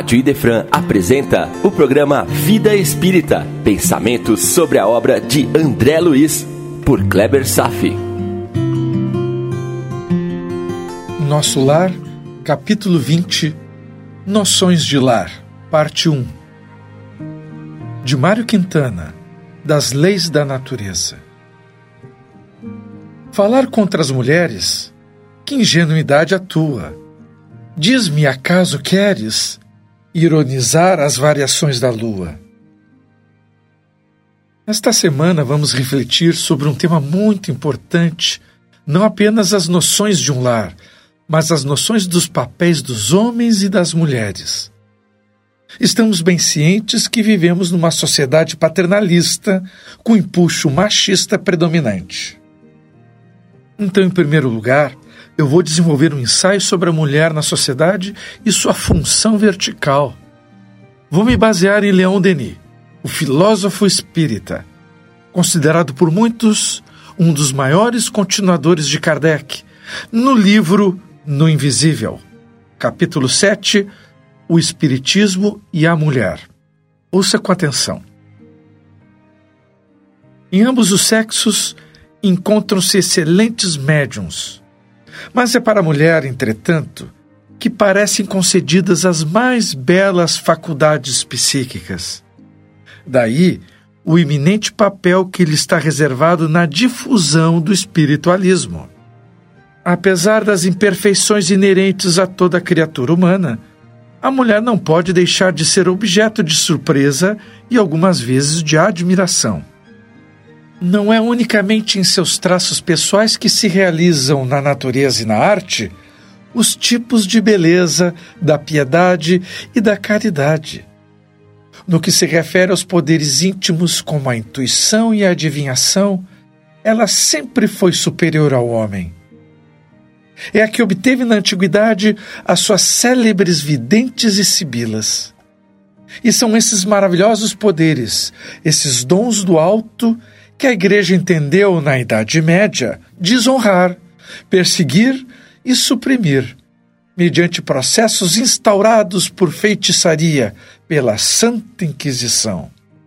Rádio Idefran apresenta o programa Vida Espírita, pensamentos sobre a obra de André Luiz, por Kleber Safi. Nosso Lar, capítulo 20, Noções de Lar, parte 1. De Mário Quintana, Das Leis da Natureza. Falar contra as mulheres? Que ingenuidade a tua! Diz-me, acaso queres ironizar as variações da lua? Esta semana vamos refletir sobre um tema muito importante, não apenas as noções de um lar, mas as noções dos papéis dos homens e das mulheres. Estamos bem cientes que vivemos numa sociedade paternalista com empuxo machista predominante. Então, em primeiro lugar, eu vou desenvolver um ensaio sobre a mulher na sociedade e sua função vertical. Vou me basear em Leon Denis, o filósofo espírita, considerado por muitos um dos maiores continuadores de Kardec, no livro No Invisível, capítulo 7, O Espiritismo e a Mulher. Ouça com atenção. Em ambos os sexos encontram-se excelentes médiuns, mas é para a mulher, entretanto, que parecem concedidas as mais belas faculdades psíquicas. Daí, o eminente papel que lhe está reservado na difusão do espiritualismo. Apesar das imperfeições inerentes a toda criatura humana, a mulher não pode deixar de ser objeto de surpresa e algumas vezes de admiração. Não é unicamente em seus traços pessoais que se realizam na natureza e na arte os tipos de beleza, da piedade e da caridade. No que se refere aos poderes íntimos como a intuição e a adivinhação, ela sempre foi superior ao homem. É a que obteve na antiguidade as suas célebres videntes e sibilas. E são esses maravilhosos poderes, esses dons do alto, que a Igreja entendeu na Idade Média desonrar, perseguir e suprimir, mediante processos instaurados por feitiçaria pela Santa Inquisição.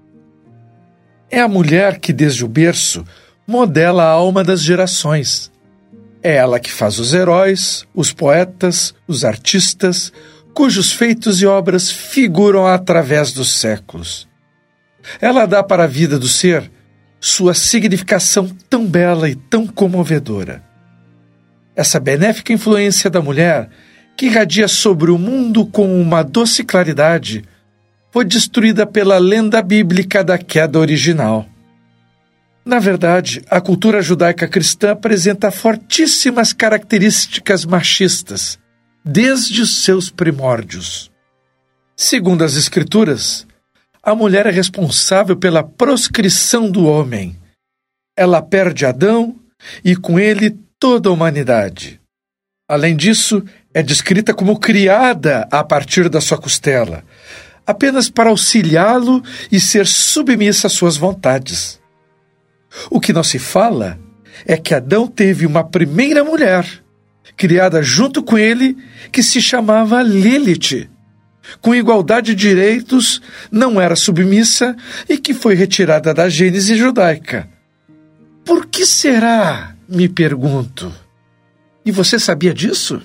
É a mulher que, desde o berço, modela a alma das gerações. É ela que faz os heróis, os poetas, os artistas, cujos feitos e obras figuram através dos séculos. Ela dá para a vida do ser sua significação tão bela e tão comovedora. Essa benéfica influência da mulher, que irradia sobre o mundo com uma doce claridade, foi destruída pela lenda bíblica da queda original. Na verdade, a cultura judaica cristã apresenta fortíssimas características machistas, desde os seus primórdios. Segundo as Escrituras, a mulher é responsável pela proscrição do homem. Ela perde Adão e, com ele, toda a humanidade. Além disso, é descrita como criada a partir da sua costela, apenas para auxiliá-lo e ser submissa às suas vontades. O que não se fala é que Adão teve uma primeira mulher, criada junto com ele, que se chamava Lilith, com igualdade de direitos, não era submissa e que foi retirada da Gênese judaica. Por que será, me pergunto? E você sabia disso?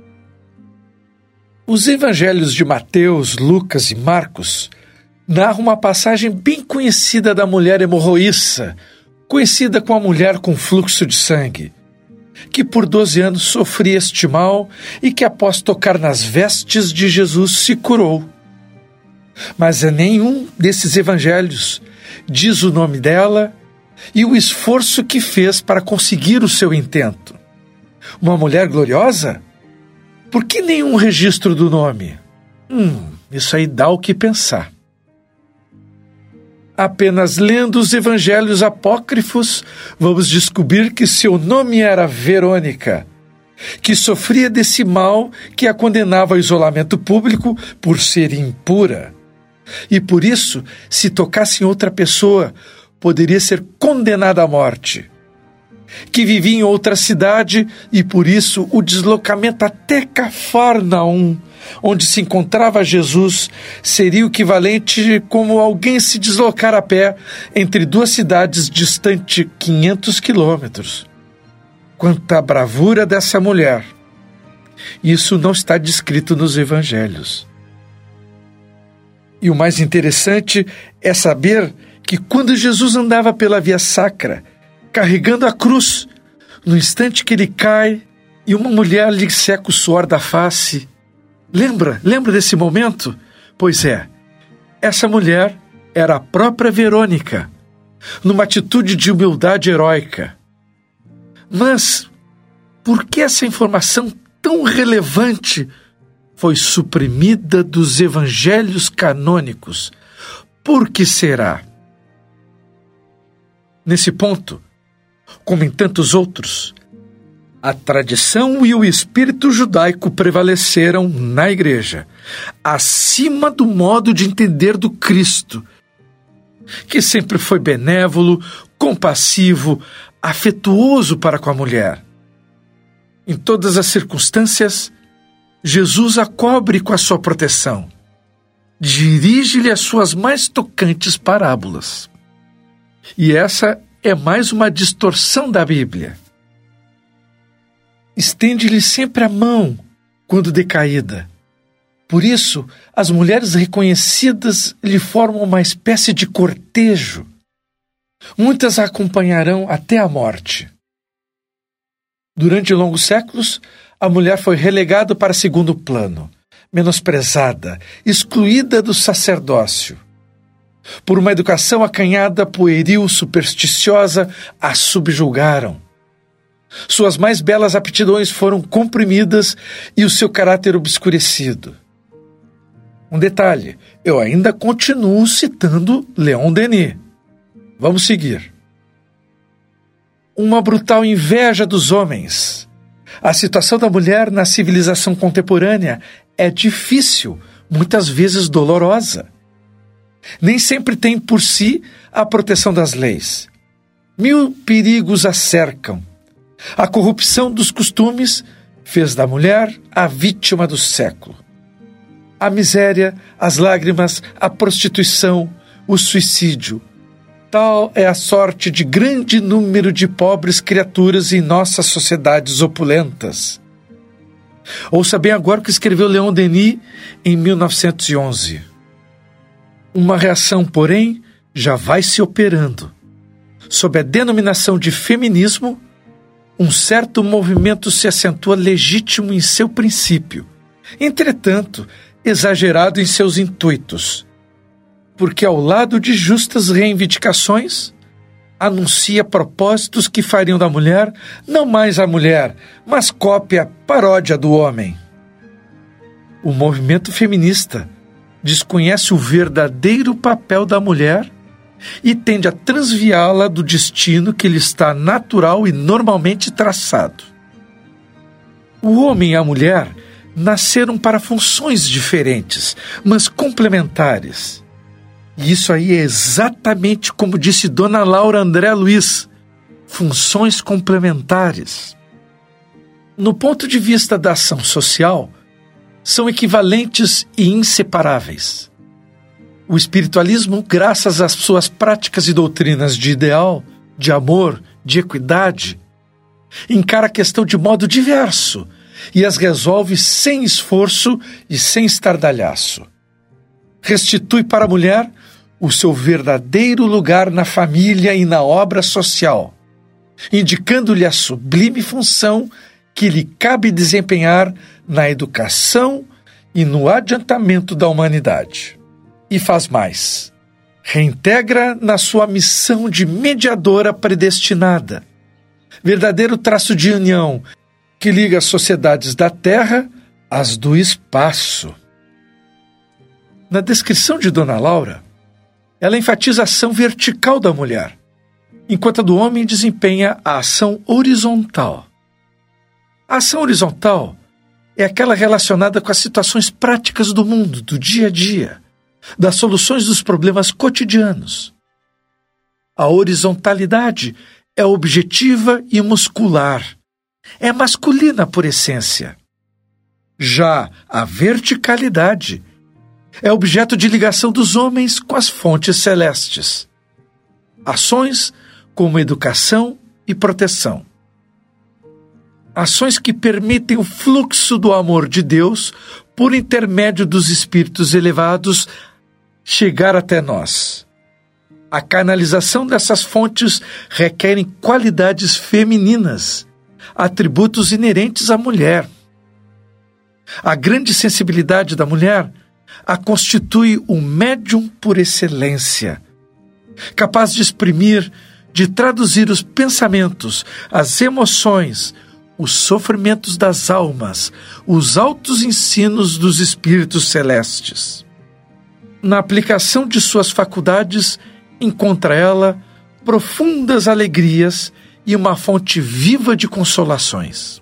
Os evangelhos de Mateus, Lucas e Marcos narram uma passagem bem conhecida da mulher hemorroíça, conhecida como a mulher com fluxo de sangue, que por 12 anos sofria este mal e que, após tocar nas vestes de Jesus, se curou. Mas a nenhum desses evangelhos diz o nome dela e o esforço que fez para conseguir o seu intento. Uma mulher gloriosa? Por que nenhum registro do nome? Isso aí dá o que pensar. Apenas lendo os evangelhos apócrifos, vamos descobrir que seu nome era Verônica, que sofria desse mal que a condenava ao isolamento público por ser impura. E por isso, se tocasse em outra pessoa, poderia ser condenada à morte. que vivia em outra cidade e, por isso, o deslocamento até Cafarnaum, onde se encontrava Jesus, seria o equivalente como alguém se deslocar a pé entre duas cidades distante 500 quilômetros. Quanta bravura dessa mulher! Isso não está descrito nos evangelhos. E o mais interessante é saber que quando Jesus andava pela Via Sacra, carregando a cruz, no instante que ele cai e uma mulher lhe seca o suor da face. Lembra desse momento? Pois é, essa mulher era a própria Verônica, numa atitude de humildade heróica. Mas por que essa informação tão relevante foi suprimida dos evangelhos canônicos? Por que será? Nesse ponto, como em tantos outros, a tradição e o espírito judaico prevaleceram na Igreja, acima do modo de entender do Cristo, que sempre foi benévolo, compassivo, afetuoso para com a mulher. Em todas as circunstâncias, Jesus a cobre com a sua proteção. Dirige-lhe as suas mais tocantes parábolas. E essa é mais uma distorção da Bíblia. Estende-lhe sempre a mão quando decaída. Por isso, as mulheres reconhecidas lhe formam uma espécie de cortejo. Muitas a acompanharão até a morte. Durante longos séculos, a mulher foi relegada para segundo plano, menosprezada, excluída do sacerdócio. Por uma educação acanhada, pueril, supersticiosa, a subjugaram. Suas mais belas aptidões foram comprimidas e o seu caráter obscurecido. Um detalhe, eu ainda continuo citando Leon Denis. Vamos seguir. Uma brutal inveja dos homens. A situação da mulher na civilização contemporânea é difícil, muitas vezes dolorosa. Nem sempre tem por si a proteção das leis. 1000 perigos a cercam. A corrupção dos costumes fez da mulher a vítima do século. A miséria, as lágrimas, a prostituição, o suicídio. Tal é a sorte de grande número de pobres criaturas em nossas sociedades opulentas. Ouça bem agora o que escreveu Leon Denis em 1911. Uma reação, porém, já vai se operando. Sob a denominação de feminismo, um certo movimento se acentua legítimo em seu princípio, entretanto, exagerado em seus intuitos, porque ao lado de justas reivindicações, anuncia propósitos que fariam da mulher não mais a mulher, mas cópia, paródia do homem. O movimento feminista desconhece o verdadeiro papel da mulher e tende a transviá-la do destino que lhe está natural e normalmente traçado. O homem e a mulher nasceram para funções diferentes, mas complementares. E isso aí é exatamente como disse Dona Laura André Luiz, funções complementares. No ponto de vista da ação social, são equivalentes e inseparáveis. O espiritualismo, graças às suas práticas e doutrinas de ideal, de amor, de equidade, encara a questão de modo diverso e as resolve sem esforço e sem estardalhaço. Restitui para a mulher o seu verdadeiro lugar na família e na obra social, indicando-lhe a sublime função que lhe cabe desempenhar na educação e no adiantamento da humanidade. E faz mais. Reintegra na sua missão de mediadora predestinada, verdadeiro traço de união que liga as sociedades da Terra às do espaço. Na descrição de Dona Laura, ela enfatiza a ação vertical da mulher, enquanto a do homem desempenha a ação horizontal. A ação horizontal é aquela relacionada com as situações práticas do mundo, do dia a dia, das soluções dos problemas cotidianos. A horizontalidade é objetiva e muscular. É masculina por essência. Já a verticalidade é objeto de ligação dos homens com as fontes celestes. Ações como educação e proteção. Ações que permitem o fluxo do amor de Deus por intermédio dos espíritos elevados chegar até nós. A canalização dessas fontes requerem qualidades femininas, atributos inerentes à mulher. A grande sensibilidade da mulher a constitui um médium por excelência, capaz de exprimir, de traduzir os pensamentos, as emoções, os sofrimentos das almas, os altos ensinos dos espíritos celestes. Na aplicação de suas faculdades, encontra ela profundas alegrias e uma fonte viva de consolações.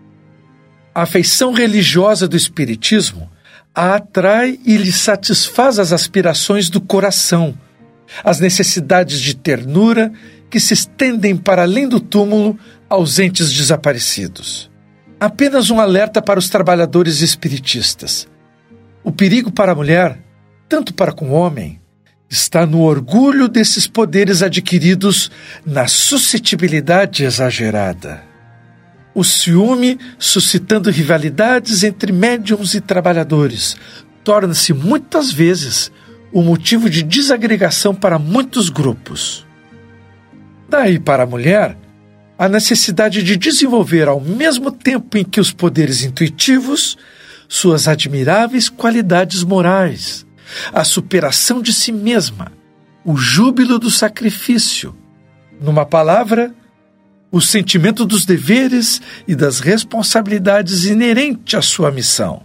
A afeição religiosa do Espiritismo a atrai e lhe satisfaz as aspirações do coração, as necessidades de ternura que se estendem para além do túmulo aos entes desaparecidos. Apenas um alerta para os trabalhadores espiritistas. O perigo para a mulher, tanto para com o homem, está no orgulho desses poderes adquiridos na suscetibilidade exagerada. O ciúme, suscitando rivalidades entre médiuns e trabalhadores, torna-se muitas vezes o motivo de desagregação para muitos grupos. Daí para a mulher, a necessidade de desenvolver ao mesmo tempo em que os poderes intuitivos, suas admiráveis qualidades morais, a superação de si mesma, o júbilo do sacrifício, numa palavra, o sentimento dos deveres e das responsabilidades inerente à sua missão.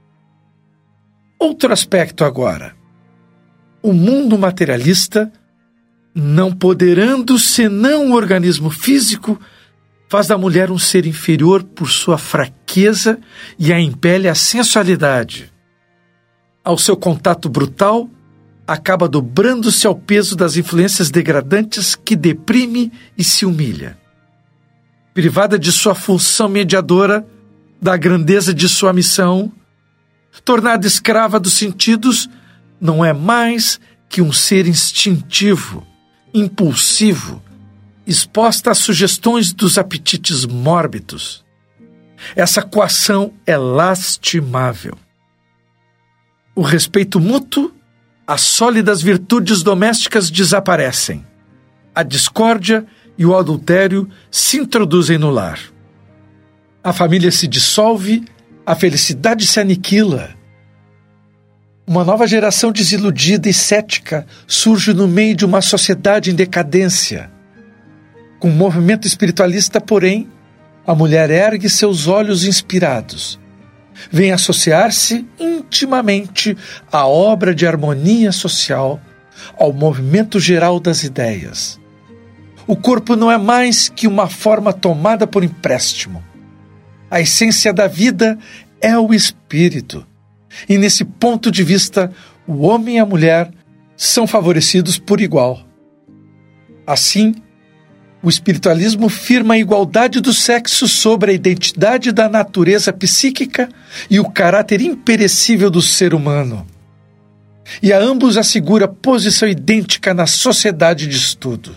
Outro aspecto agora. O mundo materialista, não poderando senão o organismo físico, faz da mulher um ser inferior por sua fraqueza e a impele à sensualidade. Ao seu contato brutal, acaba dobrando-se ao peso das influências degradantes que deprime e se humilha. Privada de sua função mediadora, da grandeza de sua missão, tornada escrava dos sentidos, não é mais que um ser instintivo, impulsivo, exposta às sugestões dos apetites mórbidos. Essa coação é lastimável. O respeito mútuo, as sólidas virtudes domésticas desaparecem. A discórdia e o adultério se introduzem no lar. A família se dissolve, a felicidade se aniquila. Uma nova geração desiludida e cética surge no meio de uma sociedade em decadência. Com o movimento espiritualista, porém, a mulher ergue seus olhos inspirados. Vem associar-se intimamente à obra de harmonia social, ao movimento geral das ideias. O corpo não é mais que uma forma tomada por empréstimo. A essência da vida é o espírito. E nesse ponto de vista, o homem e a mulher são favorecidos por igual. Assim, o espiritualismo firma a igualdade do sexo sobre a identidade da natureza psíquica e o caráter imperecível do ser humano. E a ambos assegura posição idêntica na sociedade de estudo.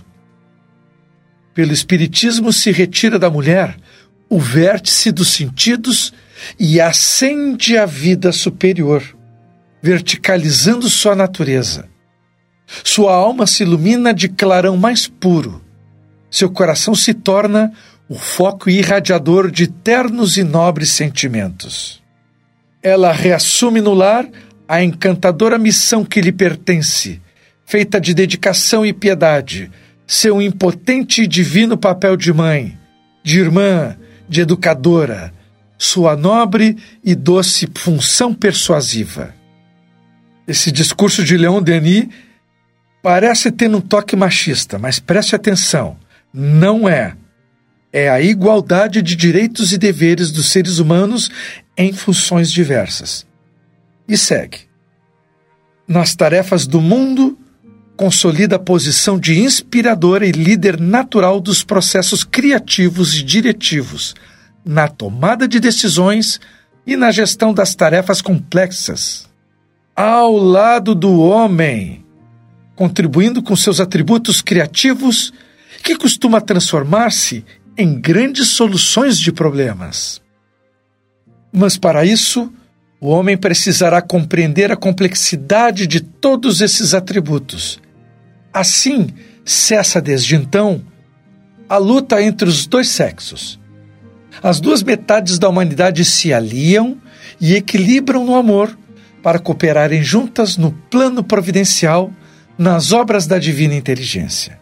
Pelo espiritismo se retira da mulher o vértice dos sentidos e acende a vida superior, verticalizando sua natureza. Sua alma se ilumina de clarão mais puro. Seu coração se torna o foco irradiador de ternos e nobres sentimentos. Ela reassume no lar a encantadora missão que lhe pertence, feita de dedicação e piedade, seu impotente e divino papel de mãe, de irmã, de educadora, sua nobre e doce função persuasiva. Esse discurso de Leon Denis parece ter um toque machista, mas preste atenção, não é. É a igualdade de direitos e deveres dos seres humanos em funções diversas. E segue. Nas tarefas do mundo, consolida a posição de inspiradora e líder natural dos processos criativos e diretivos, na tomada de decisões e na gestão das tarefas complexas. Ao lado do homem, contribuindo com seus atributos criativos, que costuma transformar-se em grandes soluções de problemas. Mas para isso, o homem precisará compreender a complexidade de todos esses atributos. Assim, cessa desde então a luta entre os dois sexos. As duas metades da humanidade se aliam e equilibram no amor para cooperarem juntas no plano providencial, nas obras da divina inteligência.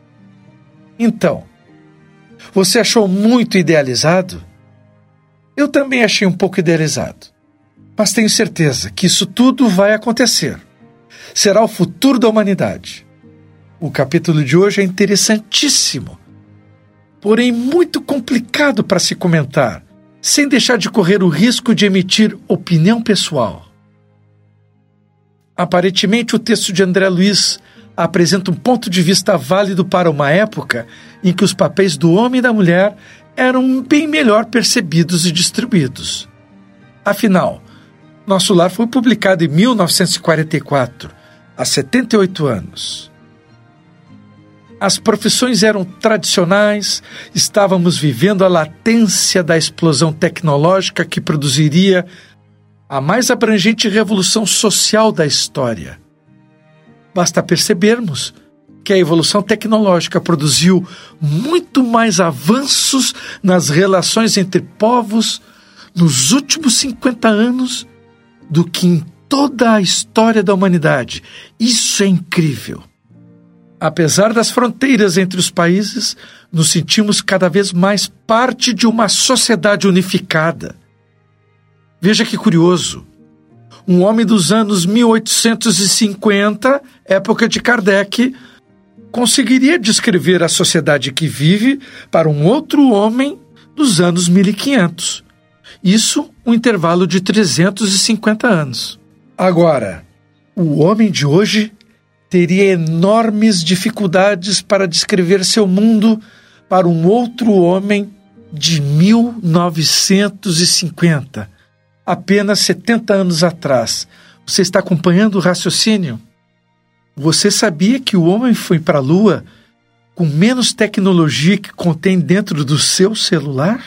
Então, você achou muito idealizado? Eu também achei um pouco idealizado. Mas tenho certeza que isso tudo vai acontecer. Será o futuro da humanidade. O capítulo de hoje é interessantíssimo, porém muito complicado para se comentar, sem deixar de correr o risco de emitir opinião pessoal. Aparentemente, o texto de André Luiz apresenta um ponto de vista válido para uma época em que os papéis do homem e da mulher eram bem melhor percebidos e distribuídos. Afinal, Nosso Lar foi publicado em 1944, há 78 anos. As profissões eram tradicionais, estávamos vivendo a latência da explosão tecnológica que produziria a mais abrangente revolução social da história. Basta percebermos que a evolução tecnológica produziu muito mais avanços nas relações entre povos nos últimos 50 anos do que em toda a história da humanidade. Isso é incrível. Apesar das fronteiras entre os países, nos sentimos cada vez mais parte de uma sociedade unificada. Veja que curioso. Um homem dos anos 1850, época de Kardec, conseguiria descrever a sociedade que vive para um outro homem dos anos 1500. Isso um intervalo de 350 anos. Agora, o homem de hoje teria enormes dificuldades para descrever seu mundo para um outro homem de 1950, apenas 70 anos atrás. Você está acompanhando o raciocínio? Você sabia que o homem foi para a Lua com menos tecnologia que contém dentro do seu celular?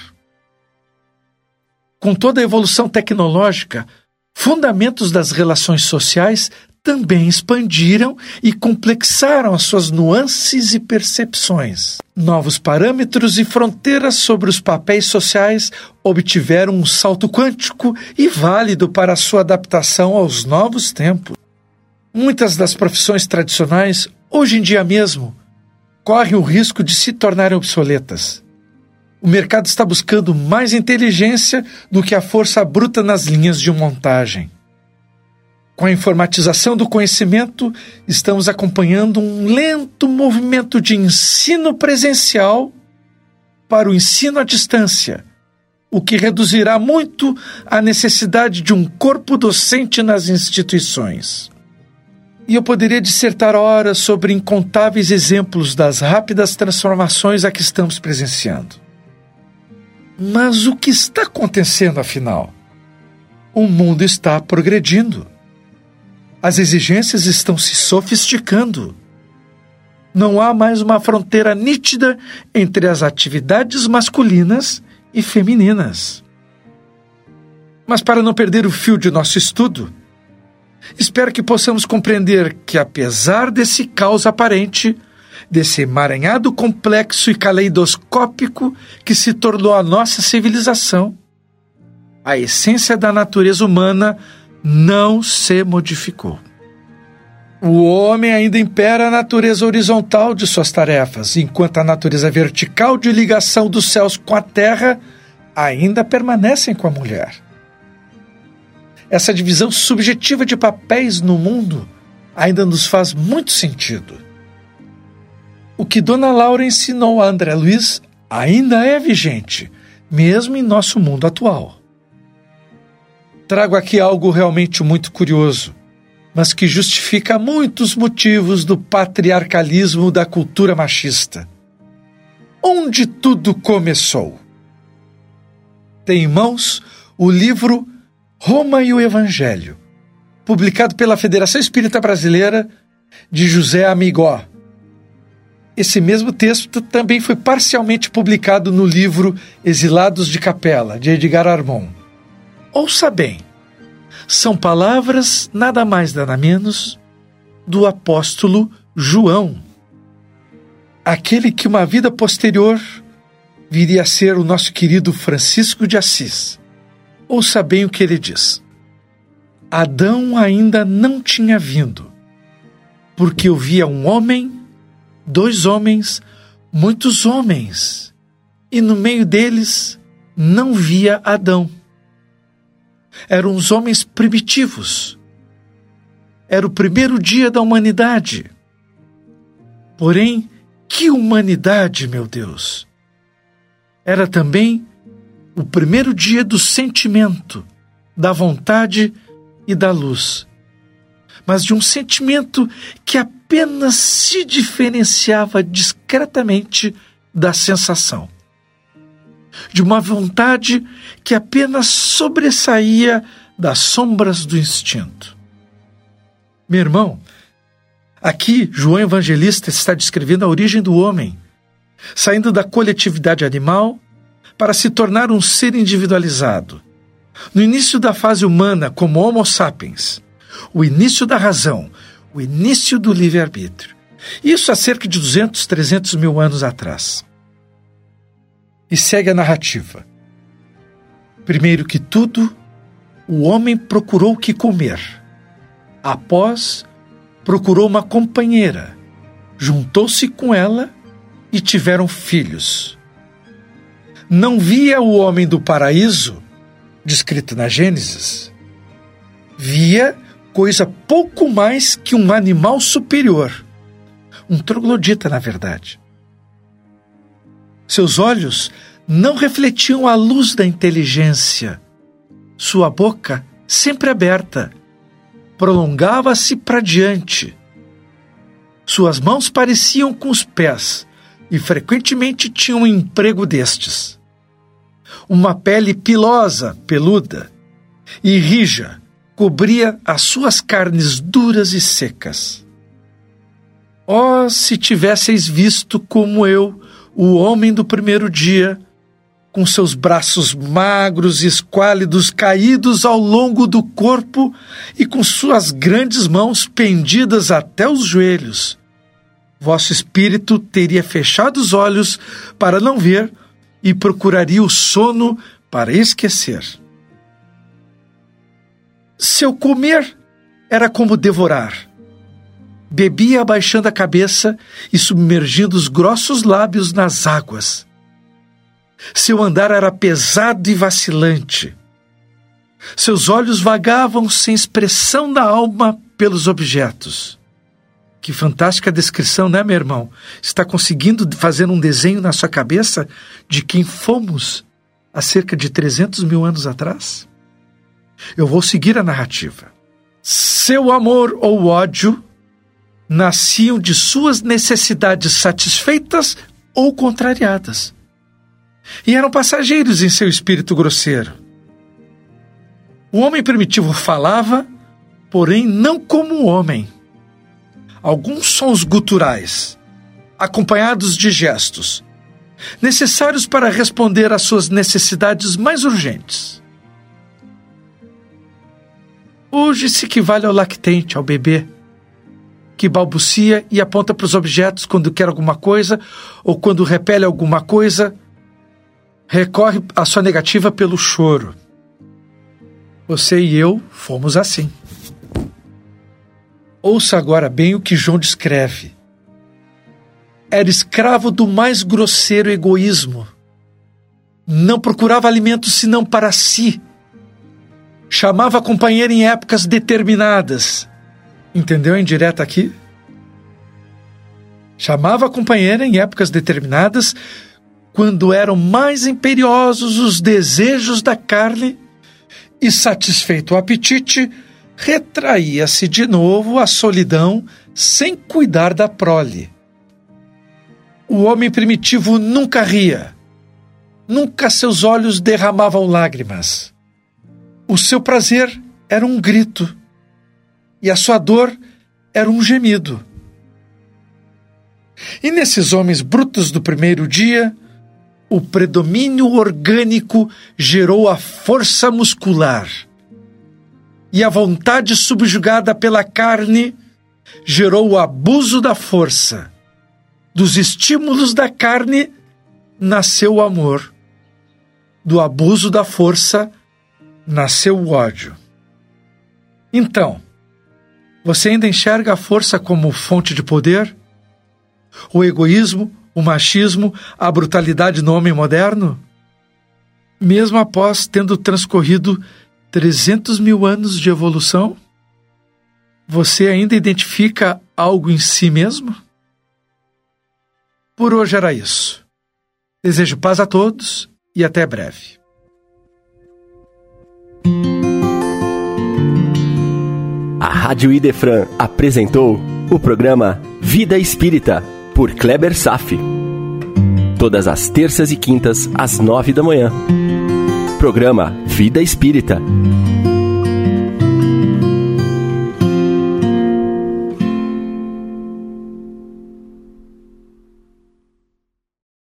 Com toda a evolução tecnológica, fundamentos das relações sociais também expandiram e complexaram as suas nuances e percepções. Novos parâmetros e fronteiras sobre os papéis sociais obtiveram um salto quântico e válido para a sua adaptação aos novos tempos. Muitas das profissões tradicionais, hoje em dia mesmo, correm o risco de se tornarem obsoletas. O mercado está buscando mais inteligência do que a força bruta nas linhas de montagem. Com a informatização do conhecimento, estamos acompanhando um lento movimento de ensino presencial para o ensino à distância, o que reduzirá muito a necessidade de um corpo docente nas instituições. E eu poderia dissertar horas sobre incontáveis exemplos das rápidas transformações a que estamos presenciando. Mas o que está acontecendo, afinal? O mundo está progredindo. As exigências estão se sofisticando. Não há mais uma fronteira nítida entre as atividades masculinas e femininas. Mas para não perder o fio de nosso estudo, espero que possamos compreender que, apesar desse caos aparente, desse emaranhado complexo e caleidoscópico que se tornou a nossa civilização, a essência da natureza humana não se modificou. O homem ainda impera a natureza horizontal de suas tarefas, enquanto a natureza vertical de ligação dos céus com a terra ainda permanecem com a mulher. Essa divisão subjetiva de papéis no mundo ainda nos faz muito sentido. O que Dona Laura ensinou a André Luiz ainda é vigente, mesmo em nosso mundo atual. Trago aqui algo realmente muito curioso. mas que justifica muitos motivos do patriarcalismo da cultura machista. Onde tudo começou? Tem em mãos o livro Roma e o Evangelho, publicado pela Federação Espírita Brasileira, de José Amigó. Esse mesmo texto também foi parcialmente publicado no livro Exilados de Capela, de Edgar Armond. Ouça bem, são palavras nada mais nada menos do apóstolo João, aquele que uma vida posterior viria a ser o nosso querido Francisco de Assis. Ouça bem o que ele diz. Adão ainda não tinha vindo, porque eu via um homem, 2 homens, muitos homens, e no meio deles não via Adão. Eram os homens primitivos. Era o primeiro dia da humanidade. Porém, que humanidade, meu Deus! Era também o primeiro dia do sentimento, da vontade e da luz, mas de um sentimento que apenas se diferenciava discretamente da sensação, de uma vontade que apenas sobressaía das sombras do instinto. Meu irmão, aqui João Evangelista está descrevendo a origem do homem, saindo da coletividade animal para se tornar um ser individualizado. No início da fase humana, como Homo sapiens, o início da razão, o início do livre-arbítrio. Isso há cerca de 200, 300 mil anos atrás. E segue a narrativa. Primeiro que tudo, o homem procurou o que comer. Após, procurou uma companheira, juntou-se com ela e tiveram filhos. Não via o homem do paraíso, descrito na Gênesis, via coisa pouco mais que um animal superior, um troglodita, na verdade. Seus olhos não refletiam a luz da inteligência. Sua boca, sempre aberta, prolongava-se para diante. Suas mãos pareciam com os pés e frequentemente tinham um emprego destes. Uma pele pilosa, peluda e rija cobria as suas carnes duras e secas. Oh, se tivesseis visto como eu, o homem do primeiro dia, com seus braços magros e esquálidos caídos ao longo do corpo e com suas grandes mãos pendidas até os joelhos, vosso espírito teria fechado os olhos para não ver e procuraria o sono para esquecer. Seu comer era como devorar. Bebia abaixando a cabeça e submergindo os grossos lábios nas águas. Seu andar era pesado e vacilante. Seus olhos vagavam sem expressão da alma pelos objetos. Que fantástica descrição, né, meu irmão? Está conseguindo fazer um desenho na sua cabeça de quem fomos há cerca de 300 mil anos atrás? Eu vou seguir a narrativa. Seu amor ou ódio nasciam de suas necessidades satisfeitas ou contrariadas. E eram passageiros em seu espírito grosseiro. O homem primitivo falava, porém não como um homem. Alguns sons guturais, acompanhados de gestos, necessários para responder às suas necessidades mais urgentes. Hoje se equivale ao lactente, ao bebê, que balbucia e aponta para os objetos quando quer alguma coisa ou quando repele alguma coisa, recorre à sua negativa pelo choro. Você e eu fomos assim. Ouça agora bem o que João descreve. Era escravo do mais grosseiro egoísmo. Não procurava alimento senão para si. Chamava a companheira em épocas determinadas. Entendeu a indireta aqui? Chamava a companheira em épocas determinadas, quando eram mais imperiosos os desejos da carne e, satisfeito o apetite, retraía-se de novo à solidão sem cuidar da prole. O homem primitivo nunca ria, nunca seus olhos derramavam lágrimas. O seu prazer era um grito, e a sua dor era um gemido. E nesses homens brutos do primeiro dia, o predomínio orgânico gerou a força muscular, e a vontade subjugada pela carne gerou o abuso da força. Dos estímulos da carne nasceu o amor. Do abuso da força nasceu o ódio. Então, você ainda enxerga a força como fonte de poder? O egoísmo, o machismo, a brutalidade no homem moderno? Mesmo após tendo transcorrido 300 mil anos de evolução, você ainda identifica algo em si mesmo? Por hoje era isso. Desejo paz a todos e até breve. A Rádio Idefran apresentou o programa Vida Espírita, por Kleber Safi. Todas as terças e quintas, às 9 da manhã. Programa Vida Espírita.